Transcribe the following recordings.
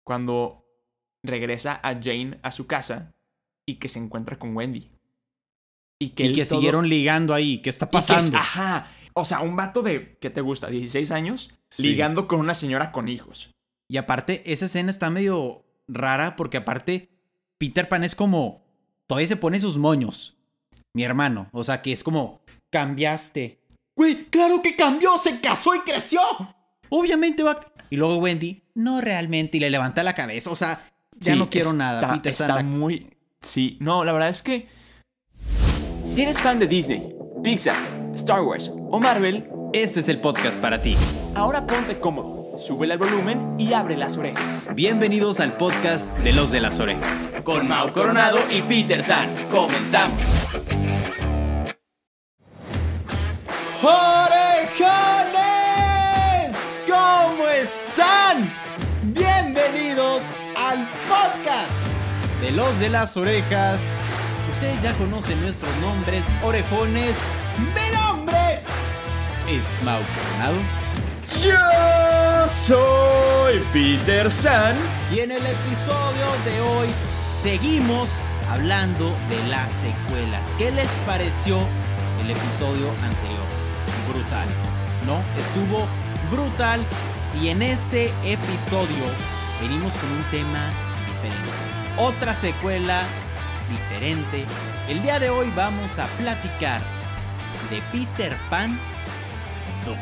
cuando regresa a Jane a su casa y que se encuentra con Wendy. Y que siguieron ligando ahí. ¿Qué está pasando? Ajá. O sea, un vato de, ¿qué te gusta? 16 años, Sí. ligando con una señora con hijos. Y aparte, esa escena está medio rara porque aparte, Peter Pan es como... Todavía se pone sus moños. Mi hermano. O sea, que es como... Cambiaste. Güey, claro que cambió. Se casó y creció. Obviamente va... Y luego Wendy, no realmente. Y le levanta la cabeza. O sea, ya Sí, no quiero nada. Peter está Pan muy... Sí, no, la verdad es que... Si eres fan de Disney, Pixar, Star Wars o Marvel, Este es el podcast para ti. ahora ponte cómodo, sube el volumen y abre las orejas. Bienvenidos al podcast de Los de las Orejas. Con Mau Coronado y Peter San, comenzamos. ¡Orejones! ¿Cómo están? Bienvenidos al podcast de Los de las Orejas. Ustedes ya conocen nuestros nombres, orejones. ¡Mi nombre es Mau Coronado! Yo soy Peter San. Y en el episodio de hoy seguimos hablando de las secuelas. ¿Qué les pareció el episodio anterior? Brutal, ¿no? Estuvo brutal. Y en este episodio venimos con un tema diferente. Otra secuela diferente. El día de hoy vamos a platicar de Peter Pan 2.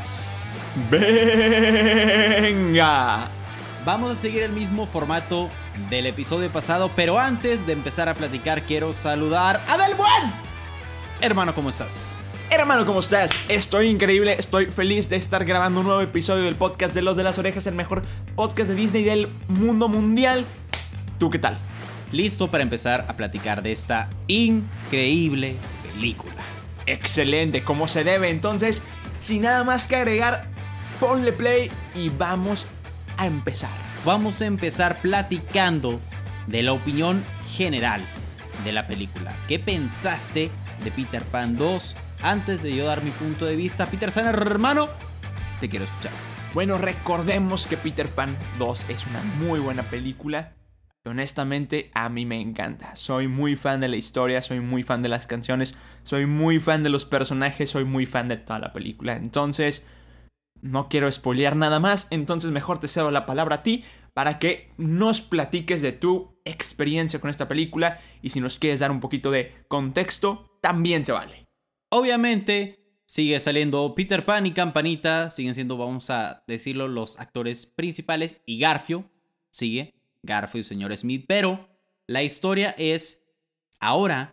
Venga. Vamos a seguir el mismo formato del episodio pasado, pero antes de empezar a platicar quiero saludar a Del Buen. Hermano, ¿cómo estás? Hermano, ¿cómo estás? Estoy increíble, estoy feliz de estar grabando un nuevo episodio del podcast de Los de las Orejas, el mejor podcast de Disney del mundo mundial. ¿Tú qué tal? Listo para empezar a platicar de esta increíble película. Excelente, como se debe. Entonces, sin nada más que agregar, ponle play y vamos a empezar. Vamos a empezar platicando de la opinión general de la película. ¿Qué pensaste de Peter Pan 2? Antes de yo dar mi punto de vista, Peter San, hermano, te quiero escuchar. Bueno, recordemos que Peter Pan 2 es una muy buena película. Honestamente, a mí me encanta. Soy muy fan de la historia, soy muy fan de las canciones, soy muy fan de los personajes, soy muy fan de toda la película. Entonces, no quiero spoilear nada más, entonces mejor te cedo la palabra a ti para que nos platiques de tu experiencia con esta película y si nos quieres dar un poquito de contexto, también se vale. Obviamente, sigue saliendo Peter Pan y Campanita, siguen siendo, vamos a decirlo, los actores principales, y Garfio sigue. Garfio y señor Smith, pero la historia es ahora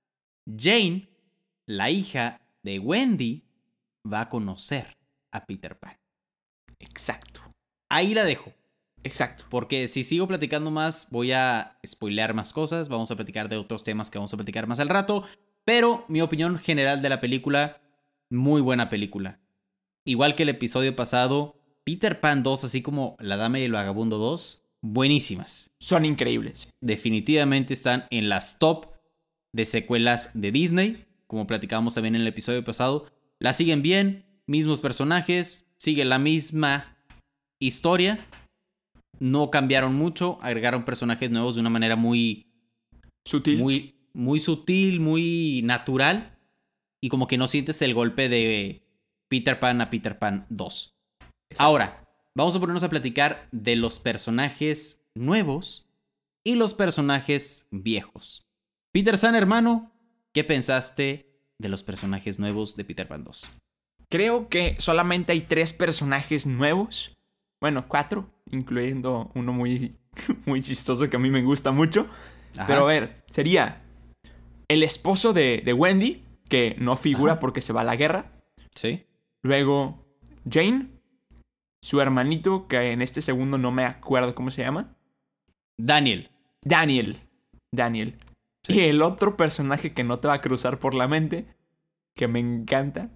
Jane, la hija de Wendy, va a conocer a Peter Pan. Exacto. Ahí la dejo, Exacto. porque si sigo platicando más voy a spoilear más cosas, vamos a platicar de otros temas que vamos a platicar más al rato, pero mi opinión general de la película, muy buena película. Igual que el episodio pasado, Peter Pan 2, así como La Dama y el Vagabundo 2, buenísimas. Son increíbles. Definitivamente están en las top de secuelas de Disney. Como platicábamos también en el episodio pasado. Las siguen bien, mismos personajes, sigue la misma historia. No cambiaron mucho, agregaron personajes nuevos de una manera muy Sutil. muy sutil, muy natural. Y como que no sientes el golpe de Peter Pan a Peter Pan 2. Exacto. Ahora, vamos a ponernos a platicar de los personajes nuevos y los personajes viejos. Peter San, hermano, ¿qué pensaste de los personajes nuevos de Peter Pan 2? Creo que solamente hay 3 personajes nuevos. Bueno, 4, incluyendo uno muy, muy chistoso que a mí me gusta mucho. Ajá. Pero a ver, sería el esposo de Wendy, que no figura Ajá. porque se va a la guerra. ¿Sí? Luego Jane, su hermanito, que en este segundo no me acuerdo cómo se llama. Daniel. Daniel. Sí. Y el otro personaje que no te va a cruzar por la mente, que me encanta.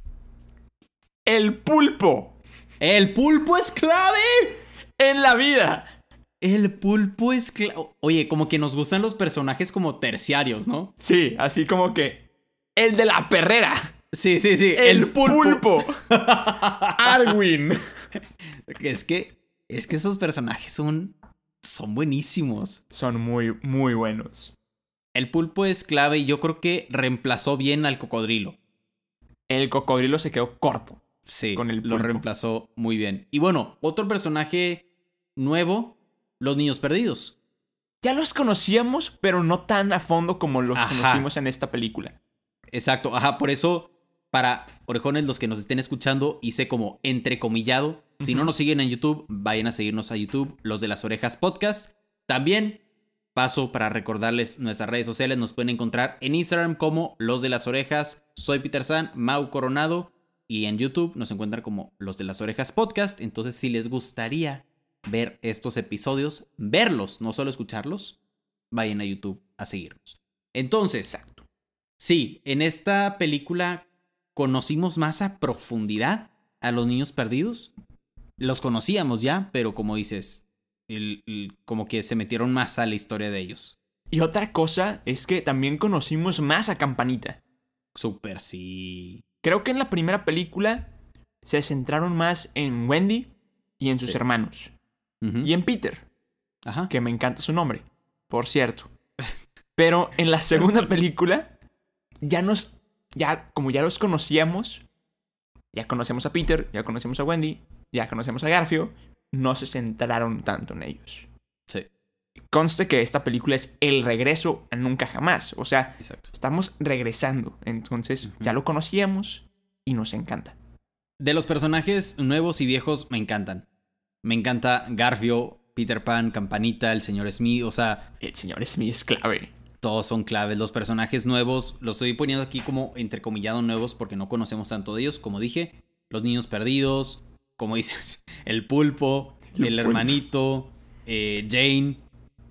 El pulpo. ¡El pulpo es clave! En la vida. El pulpo es clave. Oye, como que nos gustan los personajes como terciarios, ¿no? Sí, así como que el de la perrera. Sí. El pulpo. Arwin. Es que esos personajes son Son buenísimos. Son muy, muy buenos. El pulpo es clave y yo creo que reemplazó bien al cocodrilo. El cocodrilo se quedó corto. Sí, con el lo pulpo. reemplazó muy bien. Y bueno, otro personaje nuevo, los niños perdidos. Ya los conocíamos, pero no tan a fondo como los conocimos en esta película. Exacto, por eso, para orejones, los que nos estén escuchando, hice como entrecomillado. Si no nos siguen en YouTube, vayan a seguirnos a YouTube, Los de las Orejas Podcast. También paso para recordarles nuestras redes sociales. Nos pueden encontrar en Instagram como Los de las Orejas. Soy Peter San, Mau Coronado. Y en YouTube nos encuentran como Los de las Orejas Podcast. Entonces, si les gustaría ver estos episodios, verlos, no solo escucharlos, vayan a YouTube a seguirnos. Entonces, exacto. Sí, en esta película conocimos más a profundidad a los niños perdidos. Los conocíamos ya, pero como dices, como que se metieron más a la historia de ellos. Y otra cosa es que también conocimos más a Campanita. Súper, sí. Creo que en la primera película se centraron más en Wendy y en sus hermanos. Y en Peter, que me encanta su nombre, por cierto. Pero en la segunda película, como ya los conocíamos, ya conocemos a Peter, ya conocemos a Wendy, ya conocemos a Garfio, no se centraron tanto en ellos. Sí. Conste que esta película es el regreso a Nunca Jamás. O sea, exacto, estamos regresando. Entonces, ya lo conocíamos y nos encanta. De los personajes nuevos y viejos, me encantan. Me encanta Garfio, Peter Pan, Campanita, el señor Smith, o sea... El señor Smith es clave. Todos son claves. Los personajes nuevos, los estoy poniendo aquí como entrecomillado nuevos porque no conocemos tanto de ellos. Como dije, los niños perdidos, como dices, el pulpo, el hermanito, Jane,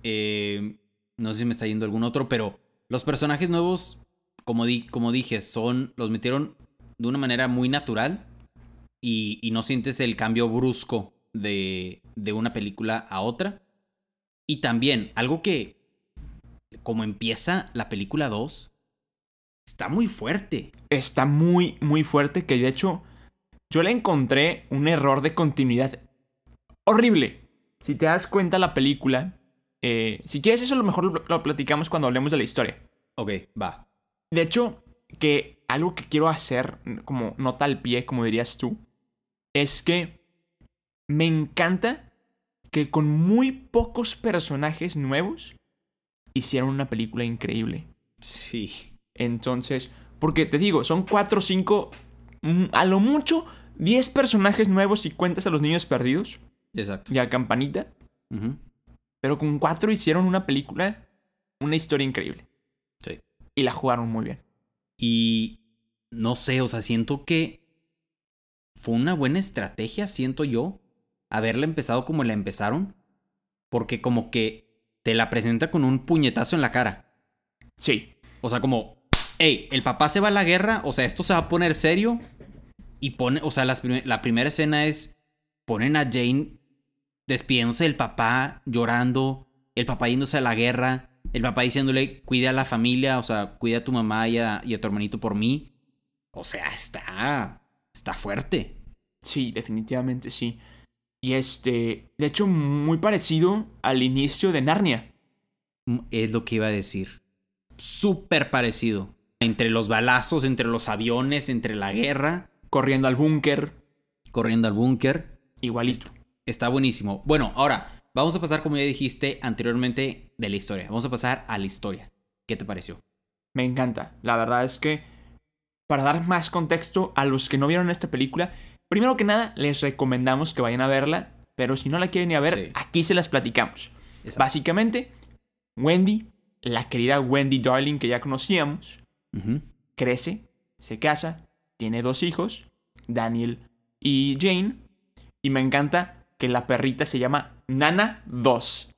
no sé si me está yendo algún otro, pero los personajes nuevos, como dije, los metieron de una manera muy natural y no sientes el cambio brusco de una película a otra. Y también, algo que, como empieza la película 2, está muy fuerte. Está muy, muy fuerte, que de hecho yo le encontré un error de continuidad horrible. Si te das cuenta la película, si quieres eso a lo mejor lo platicamos cuando hablemos de la historia. Ok, va. De hecho, que algo que quiero hacer, como nota al pie, como dirías tú, es que me encanta que con muy pocos personajes nuevos hicieron una película increíble. Sí. Entonces, porque te digo, son 4 o 5, a lo mucho 10 personajes nuevos si cuentas a los niños perdidos. Exacto. Y a Campanita. Pero con 4 hicieron una película, una historia increíble. Sí. Y la jugaron muy bien. Y no sé, o sea, siento que fue una buena estrategia, siento yo, haberla empezado como la empezaron. Porque como que te la presenta con un puñetazo en la cara. Sí. O sea, como, hey, el papá se va a la guerra, o sea, esto se va a poner serio. Y o sea, la primera escena es, ponen a Jane despidiéndose del papá, llorando, el papá yéndose a la guerra, el papá diciéndole, cuida a la familia, o sea, cuida a tu mamá y a tu hermanito por mí. O sea, está fuerte. Sí, definitivamente sí. Y de hecho, muy parecido al inicio de Narnia. Es lo que iba a decir. Súper parecido. Entre los balazos, entre los aviones, entre la guerra. Corriendo al búnker. Igualito. Está buenísimo. Bueno, ahora, vamos a pasar, como ya dijiste anteriormente, de la historia. Vamos a pasar a la historia. ¿Qué te pareció? Me encanta. La verdad es que, para dar más contexto a los que no vieron esta película, primero que nada, les recomendamos que vayan a verla. Pero si no la quieren ir a ver, sí, aquí se las platicamos. Exacto. Básicamente, Wendy, la querida Wendy Darling que ya conocíamos, crece, se casa, tiene 2 hijos, Daniel y Jane. Y me encanta que la perrita se llama Nana 2.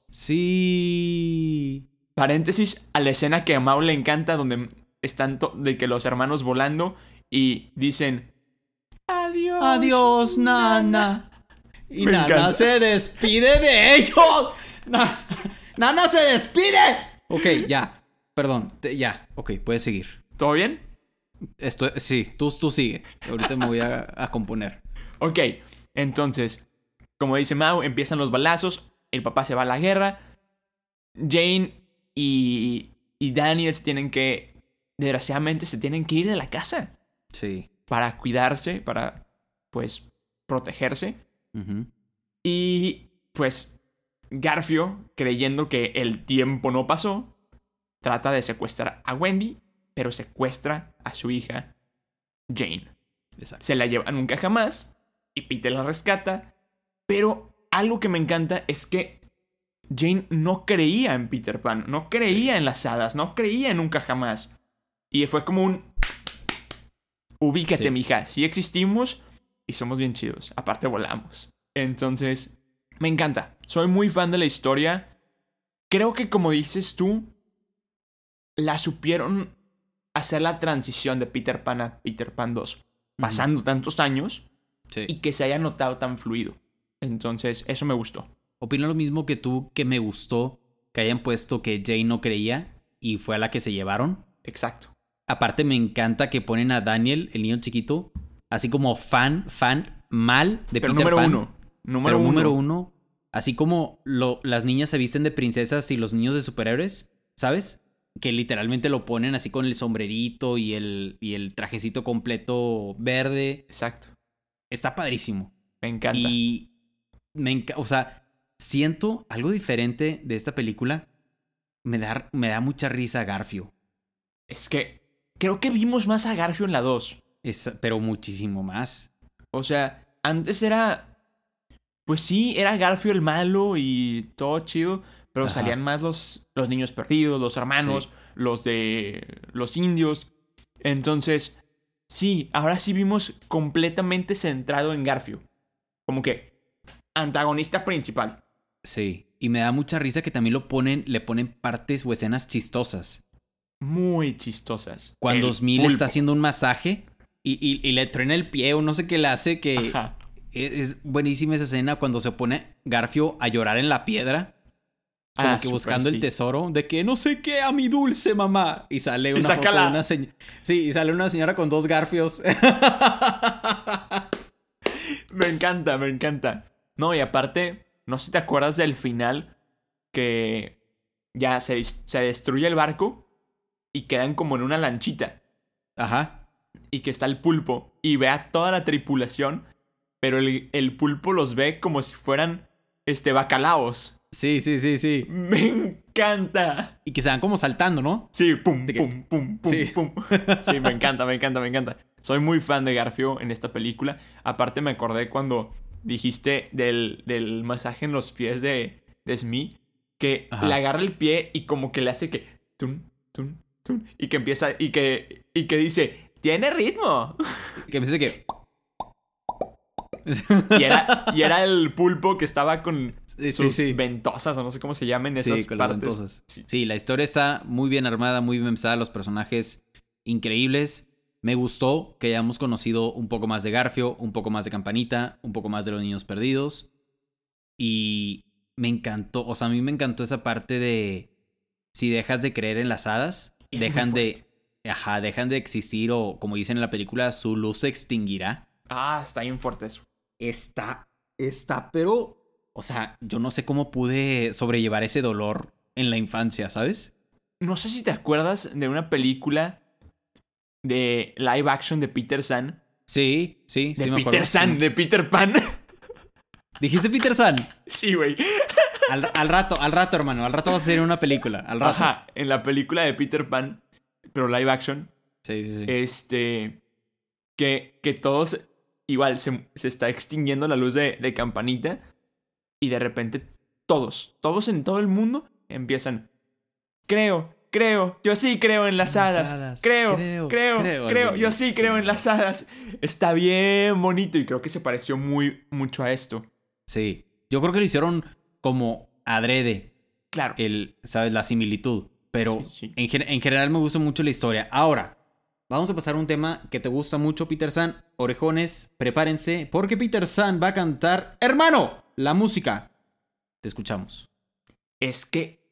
Sí. Paréntesis a la escena que a Mau le encanta, donde están de que los hermanos volando y dicen adiós. Adiós, Nana. Y me Nana encanta. Se despide de ellos. Nana se despide. Ok, ya. Perdón, ya. Ok, puedes seguir. ¿Todo bien? Sí, tú sigue. Ahorita me voy a componer. Ok, entonces, como dice Mau, empiezan los balazos. el papá se va a la guerra. Jane y Daniel desgraciadamente se tienen que ir de la casa. Sí. Para cuidarse, para, pues, protegerse. Uh-huh. Y, pues, Garfio, creyendo que el tiempo no pasó, trata de secuestrar a Wendy, pero secuestra a su hija, Jane. Exacto. Se la lleva nunca jamás, y Peter la rescata. Pero algo que me encanta es que Jane no creía en Peter Pan, no creía en las hadas, no creía en nunca jamás. Y fue como un... Ubícate, mija, sí existimos y somos bien chidos. Aparte volamos. Entonces, me encanta. Soy muy fan de la historia. Creo que, como dices tú, la supieron hacer la transición de Peter Pan a Peter Pan 2. Pasando tantos años y que se haya notado tan fluido. Entonces, eso me gustó. Opino lo mismo que tú, que me gustó que hayan puesto que Jane no creía y fue a la que se llevaron. Exacto. Aparte me encanta que ponen a Daniel, el niño chiquito, así como fan mal de pero Peter Pan. Número uno. Así como las niñas se visten de princesas y los niños de superhéroes, ¿sabes? Que literalmente lo ponen así con el sombrerito y el trajecito completo verde. Exacto. Está padrísimo. Me encanta. Y o sea, siento algo diferente de esta película. Me da mucha risa Garfio. Es que creo que vimos más a Garfio en la 2. Pero muchísimo más. O sea, antes era... Pues sí, era Garfio el malo y todo chido. Pero salían más los niños perdidos, los hermanos, los de los indios. Entonces, sí, ahora sí vimos completamente centrado en Garfio. Como que antagonista principal. Sí, y me da mucha risa que también le ponen partes o escenas chistosas. Muy chistosas. Cuando Smee le está haciendo un masaje y le truena el pie o no sé qué le hace, que es buenísima esa escena cuando se pone Garfio a llorar en la piedra. Como que buscando el tesoro de que no sé qué a mi dulce mamá. Y sale una foto de una señora. Sí, y sale una señora con 2 Garfios. Me encanta. No, y aparte, no sé si te acuerdas del final que ya se destruye el barco y quedan como en una lanchita. Ajá. Y que está el pulpo y ve a toda la tripulación, pero el pulpo los ve como si fueran bacalaos. Sí. Me encanta. Y que se van como saltando, ¿no? Sí, pum. Sí, me encanta. Soy muy fan de Garfio en esta película. Aparte me acordé cuando dijiste del masaje en los pies de Smee, que le agarra el pie y como que le hace que... Tun, y que empieza... Y que dice... ¡Tiene ritmo! Que empieza que... Y era el pulpo que estaba con sus ventosas, o no sé cómo se llaman esas con partes. Las ventosas. Sí, la historia está muy bien armada, muy bien pensada, los personajes increíbles. Me gustó que hayamos conocido un poco más de Garfio, un poco más de Campanita, un poco más de los niños perdidos. Y me encantó, o sea, a mí me encantó esa parte de si dejas de creer en las hadas, dejan de existir, o como dicen en la película, su luz se extinguirá. Está bien fuerte eso. Está, pero, o sea, yo no sé cómo pude sobrellevar ese dolor en la infancia, ¿sabes? No sé si te acuerdas de una película de live action de Peter San. Sí, me acuerdo. De Peter Pan. ¿Dijiste Peter San? Sí, güey. Al rato, hermano. Al rato vas a hacer una película. Al rato. Ajá, en la película de Peter Pan, pero live action. Sí. Que todos... Igual, se está extinguiendo la luz de Campanita. Y de repente todos en todo el mundo empiezan... Creo, yo sí creo en las hadas. Creo, yo sí creo en las hadas. Está bien bonito y creo que se pareció mucho a esto. Sí, yo creo que lo hicieron como adrede. Claro. ¿Sabes? La similitud. Pero sí. En general me gusta mucho la historia. Ahora, vamos a pasar a un tema que te gusta mucho, Peter San. Orejones, prepárense, porque Peter San va a cantar... ¡Hermano! La música. Te escuchamos. Es que...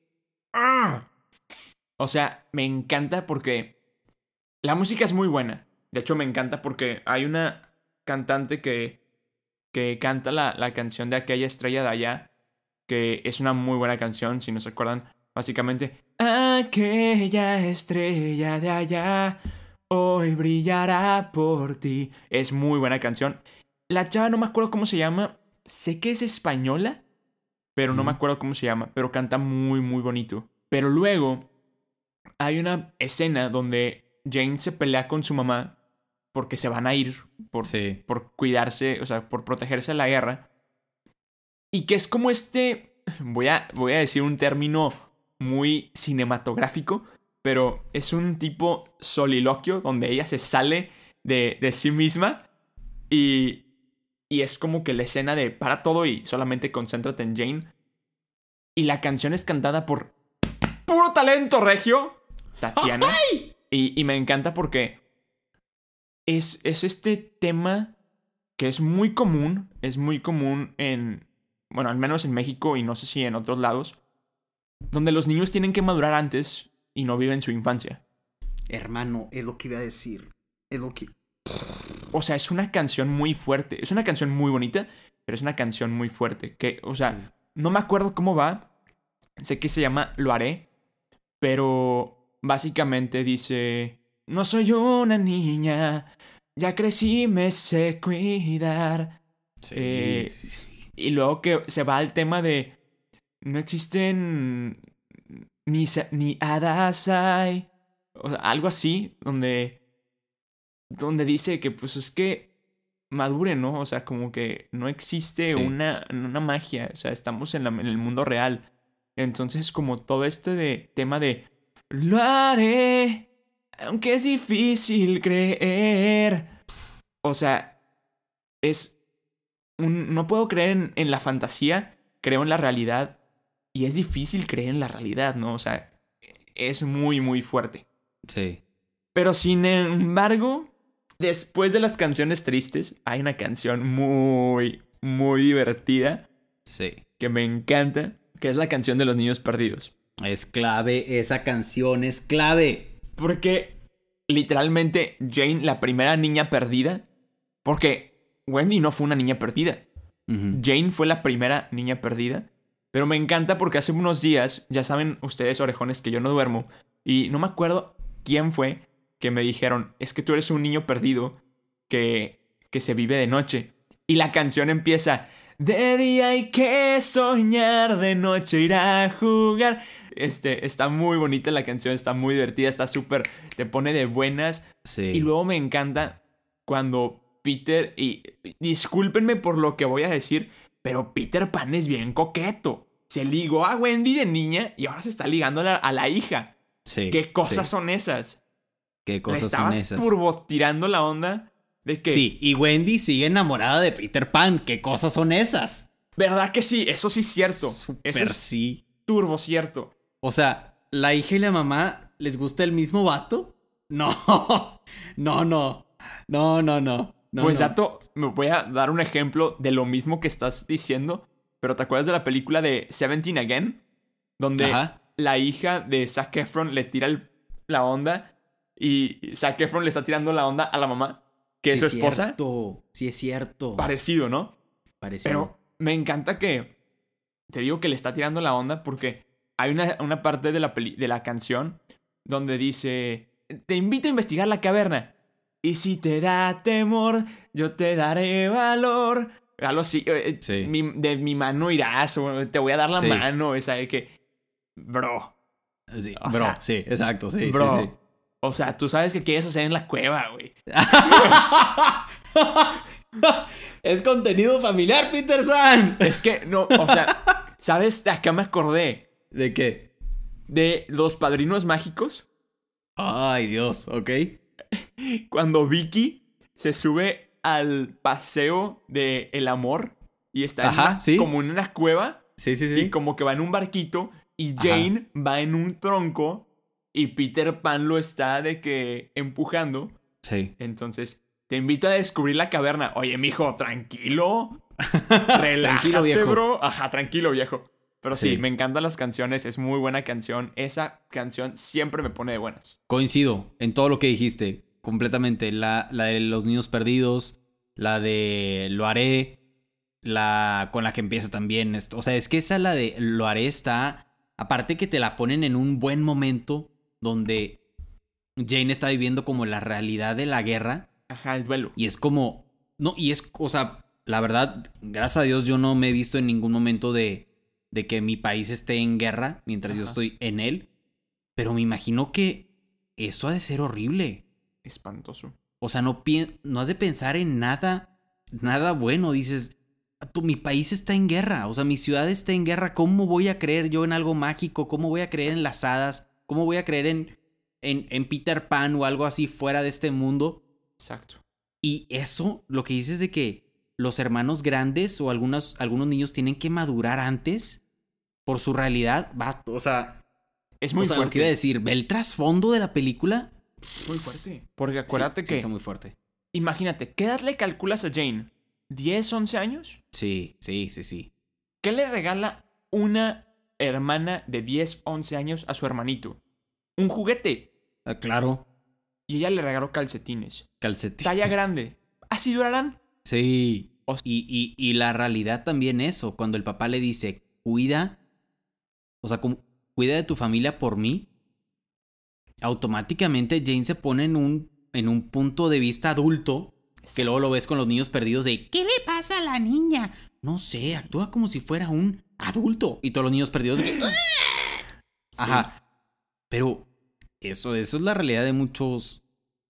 O sea, me encanta porque la música es muy buena. De hecho, me encanta porque hay una cantante que canta la canción de Aquella estrella de allá. que es una muy buena canción, si no se acuerdan. Básicamente, aquella estrella de allá hoy brillará por ti. Es muy buena canción. La chava no me acuerdo cómo se llama. Sé que es española, pero no me acuerdo cómo se llama. Pero canta muy, muy bonito. Pero luego hay una escena donde Jane se pelea con su mamá porque se van a ir por cuidarse, o sea, por protegerse de la guerra. Y que es como voy a decir un término muy cinematográfico, pero es un tipo soliloquio donde ella se sale de sí misma y es como que la escena de para todo y solamente concéntrate en Jane. Y la canción es cantada por puro talento regio, Tatiana. Y me encanta porque es este tema que es muy común bueno, al menos en México y no sé si en otros lados, donde los niños tienen que madurar antes y no viven su infancia. Hermano, es lo que iba a decir. O sea, es una canción muy fuerte. Es una canción muy bonita, pero es una canción muy fuerte. Que, o sea, no me acuerdo cómo va. Sé que se llama Lo haré, pero básicamente dice: no soy una niña, ya crecí, me sé cuidar. Y luego que se va al tema de no existen ni hadas hay. O sea, algo así, donde dice que pues es que madure, ¿no? O sea, como que no existe una magia. O sea, estamos en el mundo real. Entonces, como todo tema de lo haré, aunque es difícil creer. O sea, no puedo creer en la fantasía, creo en la realidad. Y es difícil creer en la realidad, ¿no? O sea, es muy, muy fuerte. Sí. Pero sin embargo, después de las canciones tristes, hay una canción muy, muy divertida. Sí. Que me encanta, que es la canción de los niños perdidos. Es clave, esa canción es clave. Porque literalmente Jane, la primera niña perdida, porque Wendy no fue una niña perdida. Jane fue la primera niña perdida. Pero me encanta porque hace unos días, ya saben ustedes, orejones, que yo no duermo. Y no me acuerdo quién fue que me dijeron: es que tú eres un niño perdido que se vive de noche. Y la canción empieza: de día hay que soñar, de noche ir a jugar. Está muy bonita la canción, está muy divertida, está súper, te pone de buenas. Sí. Y luego me encanta cuando Peter, y discúlpenme por lo que voy a decir, pero Peter Pan es bien coqueto. Se ligó a Wendy de niña y ahora se está ligando a la hija. Sí. ¿Qué cosas son esas? ¿Qué cosas son esas? Estaba turbo tirando la onda de que... Sí, y Wendy sigue enamorada de Peter Pan. ¿Qué cosas son esas? ¿Verdad que sí? Eso sí es cierto. Eso es sí. Turbo cierto. O sea, ¿la hija y la mamá les gusta el mismo vato? No. No. Pues, Dato, me voy a dar un ejemplo de lo mismo que estás diciendo. Pero ¿te acuerdas de la película de 17 Again? Donde la hija de Zac Efron le tira la onda y Zac Efron le está tirando la onda a la mamá, que es su esposa. Sí, es cierto. Parecido, ¿no? Parecido. Pero me encanta que... Te digo que le está tirando la onda porque hay una parte de la canción donde dice: te invito a investigar la caverna. Y si te da temor, yo te daré valor. Algo así. De mi mano irás. O te voy a dar la mano. Esa de que... Bro. Sí, sí, exacto. Sí, bro. Sí. O sea, tú sabes qué quieres hacer en la cueva, güey. Es contenido familiar, Peter San. Es que, no, o sea, ¿sabes? De acá me acordé. ¿De qué? De Los Padrinos Mágicos. Ay, Dios, ok. Cuando Vicky se sube al paseo de el amor y está como en una cueva. Sí. Y como que va en un barquito y Jane va en un tronco y Peter Pan lo está de que empujando. Sí. Entonces, te invito a descubrir la caverna. Oye, mijo, tranquilo. Relájate, tranquilo, viejo. Bro. Ajá, tranquilo, viejo. Pero sí, me encantan las canciones. Es muy buena canción. Esa canción siempre me pone de buenas. Coincido en todo lo que dijiste. Completamente. La de Los Niños Perdidos. La de Lo haré. con la que empieza también esto. O sea, es que esa la de Lo haré está... Aparte que te la ponen en un buen momento donde Jane está viviendo como la realidad de la guerra. Ajá, el duelo. Y es como... No, y es... O sea, la verdad, gracias a Dios yo no me he visto en ningún momento de que mi país esté en guerra mientras yo estoy en él. Pero me imagino que eso ha de ser horrible. Espantoso. O sea, no has de pensar en nada bueno. Dices, mi país está en guerra. O sea, mi ciudad está en guerra. ¿Cómo voy a creer yo en algo mágico? ¿Cómo voy a creer en las hadas? ¿Cómo voy a creer en Peter Pan o algo así fuera de este mundo? Exacto. Y eso, lo que dices de que los hermanos grandes o algunos niños tienen que madurar antes por su realidad. O sea, es muy fuerte. Lo que iba a decir, ve el trasfondo de la película. Muy fuerte. Porque acuérdate que... Sí, está muy fuerte. Imagínate, ¿qué edad le calculas a Jane? ¿10, 11 años? Sí. ¿Qué le regala una hermana de 10, 11 años a su hermanito? Un juguete. Claro. Y ella le regaló calcetines. Calcetines. Talla grande. ¿Así durarán? Sí. Y la realidad también eso. Cuando el papá le dice, cuida. O sea, cuida de tu familia por mí. Automáticamente Jane se pone en un punto de vista adulto. Que luego lo ves con los niños perdidos de ¿qué le pasa a la niña? No sé, actúa como si fuera un adulto. Y todos los niños perdidos de que... Ajá. Pero eso es la realidad de muchos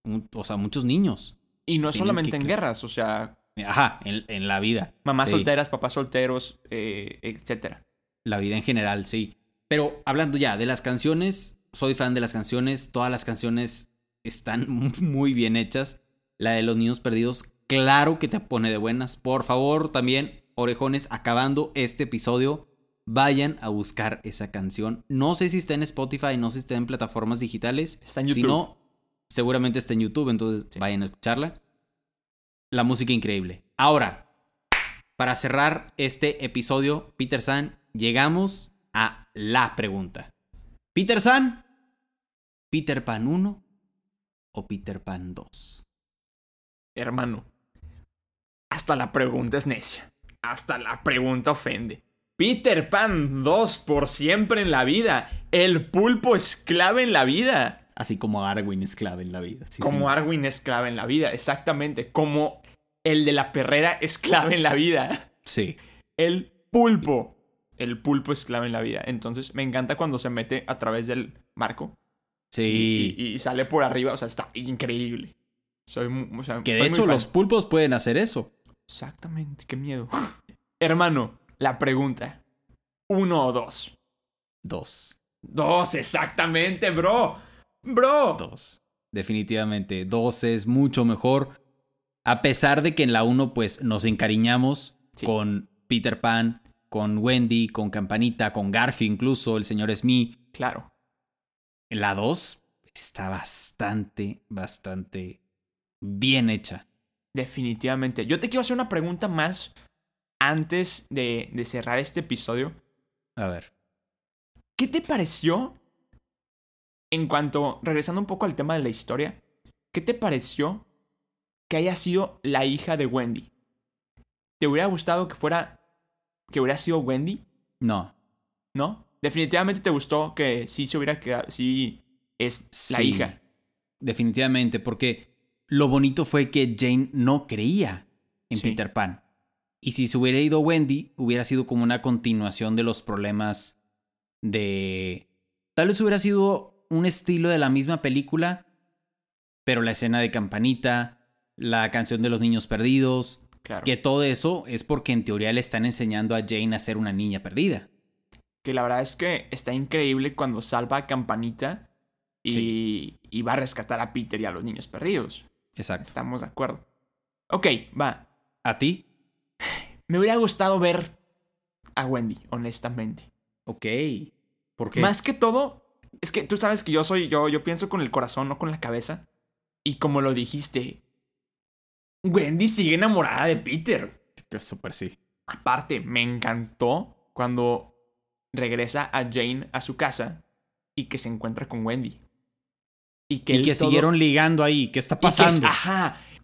niños. Y no solamente en guerras, o sea... Ajá, en la vida. Mamás solteras, papás solteros, etcétera. La vida en general, sí. Pero hablando ya de las canciones, soy fan de las canciones. Todas las canciones están muy bien hechas. La de los niños perdidos, claro que te pone de buenas. Por favor, también, orejones, acabando este episodio, vayan a buscar esa canción. No sé si está en Spotify, no sé si está en plataformas digitales. Está en YouTube. Si no, seguramente está en YouTube, entonces vayan a escucharla. La música increíble. Ahora, para cerrar este episodio, Peter San, llegamos a la pregunta. Peter San, ¿Peter Pan 1 o Peter Pan 2? Hermano, hasta la pregunta es necia. Hasta la pregunta ofende. Peter Pan 2 por siempre en la vida. El pulpo es clave en la vida. Así como Arwen es clave en la vida. Sí, como Arwen es clave en la vida, exactamente. Como el de la perrera es clave en la vida. Sí. El pulpo es clave en la vida. Entonces me encanta cuando se mete a través del marco. Sí. Y sale por arriba. O sea, está increíble. Que de hecho los pulpos pueden hacer eso. Exactamente, qué miedo. Hermano, la pregunta. 1 o 2. 2. 2, exactamente, bro. 2. Definitivamente. 2 es mucho mejor. A pesar de que en la 1 pues nos encariñamos con Peter Pan, con Wendy, con Campanita, con Garfield incluso, el señor Smee. Claro. En la 2 está bastante bien hecha. Definitivamente. Yo te quiero hacer una pregunta más antes de cerrar este episodio. A ver. ¿Qué te pareció en cuanto, regresando un poco al tema de la historia, qué te pareció que haya sido la hija de Wendy? ¿Te hubiera gustado que hubiera sido Wendy? No. ¿No? Definitivamente te gustó que sí se hubiera quedado, sí es la hija. Definitivamente, porque lo bonito fue que Jane no creía en Peter Pan. Y si se hubiera ido Wendy, hubiera sido como una continuación de los problemas de... Tal vez hubiera sido un estilo de la misma película, pero la escena de Campanita, la canción de los niños perdidos, claro. Que todo eso es porque en teoría le están enseñando a Jane a ser una niña perdida. Que la verdad es que está increíble cuando salva a Campanita y va a rescatar a Peter y a los niños perdidos. Exacto. Estamos de acuerdo. Ok, va. ¿A ti? Me hubiera gustado ver a Wendy, honestamente. Ok. ¿Por qué? Más que todo, es que tú sabes que yo pienso con el corazón, no con la cabeza. Y como lo dijiste, Wendy sigue enamorada de Peter. Súper sí. Aparte, me encantó cuando regresa a Jane a su casa y que se encuentra con Wendy. Y que siguieron ligando ahí. ¿Qué está pasando? Ajá.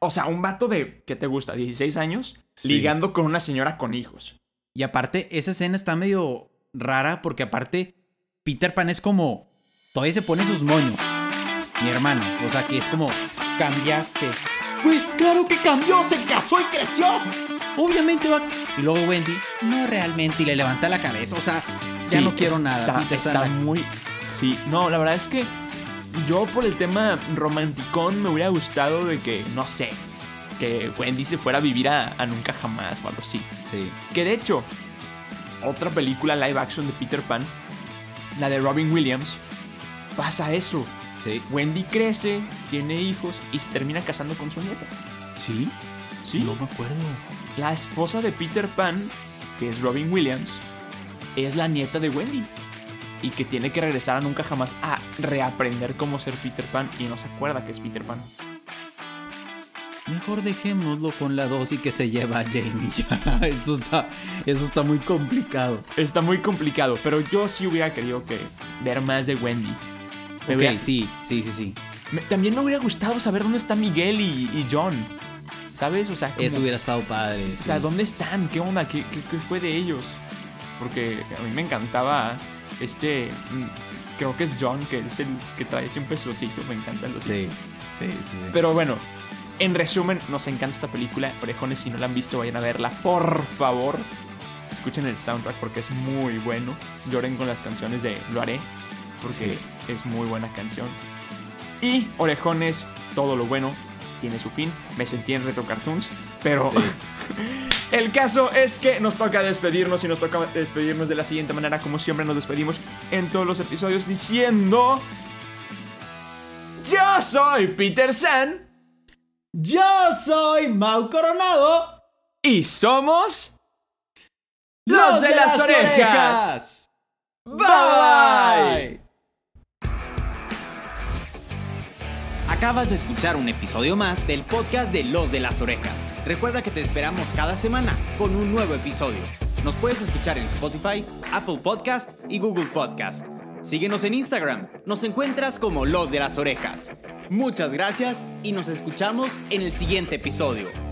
O sea, un vato de, ¿qué te gusta? 16 años, Sí. ligando con una señora con hijos. Y aparte, esa escena está medio rara porque aparte Peter Pan es como... Todavía se pone sus moños. Mi hermano. O sea, que es como... Cambiaste. Güey, claro que cambió. Se casó y creció. Obviamente va... Y luego Wendy... No realmente. Y le levanta la cabeza. O sea, ya Sí, no quiero nada. Peter Está Pan. muy... Sí, no, la verdad es que yo por el tema romanticón me hubiera gustado de que, no sé, que Wendy se fuera a vivir a Nunca Jamás o algo así. Sí. Que de hecho, otra película live action de Peter Pan, la de Robin Williams, pasa eso. Sí. Wendy crece, tiene hijos y se termina casando con su nieta. ¿Sí? Sí. No me acuerdo. La esposa de Peter Pan, que es Robin Williams, es la nieta de Wendy. Y que tiene que regresar a Nunca Jamás a reaprender cómo ser Peter Pan y no se acuerda que es Peter Pan. Mejor dejémoslo con la 2 y que se lleva a Jamie. Eso está muy complicado. Está muy complicado, pero yo sí hubiera querido ver más de Wendy. Ok, sí. También me hubiera gustado saber dónde está Miguel y John. ¿Sabes? O sea, Eso hubiera estado padre. O sea, ¿dónde están? ¿Qué onda? ¿Qué fue de ellos? Porque a mí me encantaba creo que es John, que es el que trae siempre su osito. Me encanta el osito. Sí. Pero bueno, en resumen, nos encanta esta película. Orejones, si no la han visto, vayan a verla, por favor. Escuchen el soundtrack porque es muy bueno. Lloren con las canciones de Lo Haré, porque es muy buena canción. Y orejones, todo lo bueno tiene su fin. Me sentí en Retro Cartoons, pero el caso es que nos toca despedirnos y nos toca despedirnos de la siguiente manera, como siempre nos despedimos en todos los episodios, diciendo: yo soy Peter San. Yo soy Mau Coronado. Y somos los de las orejas. Bye. Acabas de escuchar un episodio más del podcast de Los de las Orejas. Recuerda que te esperamos cada semana con un nuevo episodio. Nos puedes escuchar en Spotify, Apple Podcast y Google Podcast. Síguenos en Instagram. Nos encuentras como Los de las Orejas. Muchas gracias y nos escuchamos en el siguiente episodio.